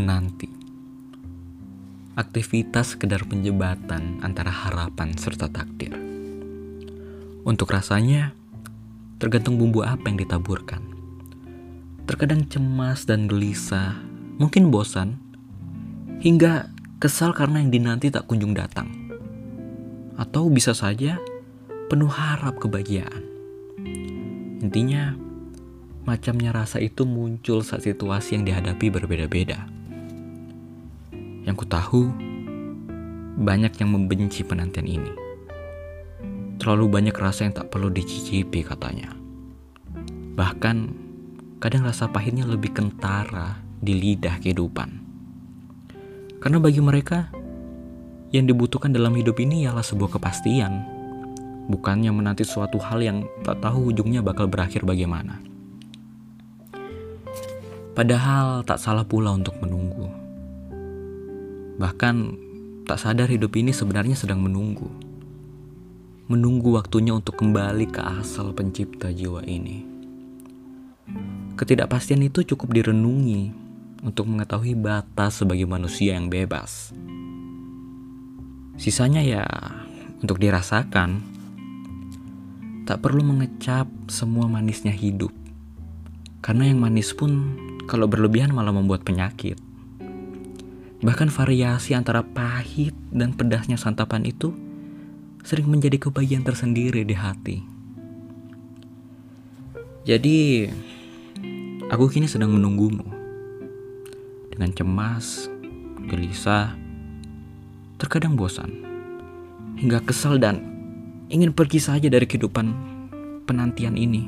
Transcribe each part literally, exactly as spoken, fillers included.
Menanti, aktivitas sekedar penjembatan antara harapan serta takdir. Untuk rasanya, tergantung bumbu apa yang ditaburkan. Terkadang cemas dan gelisah, mungkin bosan, hingga kesal karena yang dinanti tak kunjung datang. Atau bisa saja penuh harap kebahagiaan. Intinya, macamnya rasa itu muncul saat situasi yang dihadapi berbeda-beda. Yang ku tahu, banyak yang membenci penantian ini. Terlalu banyak rasa yang tak perlu dicicipi katanya. Bahkan, kadang rasa pahitnya lebih kentara di lidah kehidupan. Karena bagi mereka, yang dibutuhkan dalam hidup ini ialah sebuah kepastian, bukannya menanti suatu hal yang tak tahu ujungnya bakal berakhir bagaimana. Padahal tak salah pula untuk menunggu. Bahkan tak sadar hidup ini sebenarnya sedang menunggu. Menunggu waktunya untuk kembali ke asal pencipta jiwa ini. Ketidakpastian itu cukup direnungi untuk mengetahui batas sebagai manusia yang bebas. Sisanya ya untuk dirasakan. Tak perlu mengecap semua manisnya hidup. Karena yang manis pun kalau berlebihan malah membuat penyakit. Bahkan variasi antara pahit dan pedasnya santapan itu sering menjadi kebahagiaan tersendiri di hati. Jadi, aku kini sedang menunggumu. Dengan cemas, gelisah, terkadang bosan, hingga kesal dan ingin pergi saja dari kehidupan penantian ini.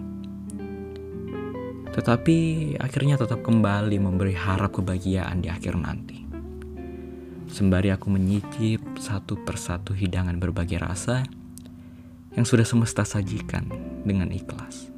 Tetapi akhirnya tetap kembali memberi harap kebahagiaan di akhir nanti. Sembari aku menyicip satu persatu hidangan berbagai rasa yang sudah semesta sajikan dengan ikhlas.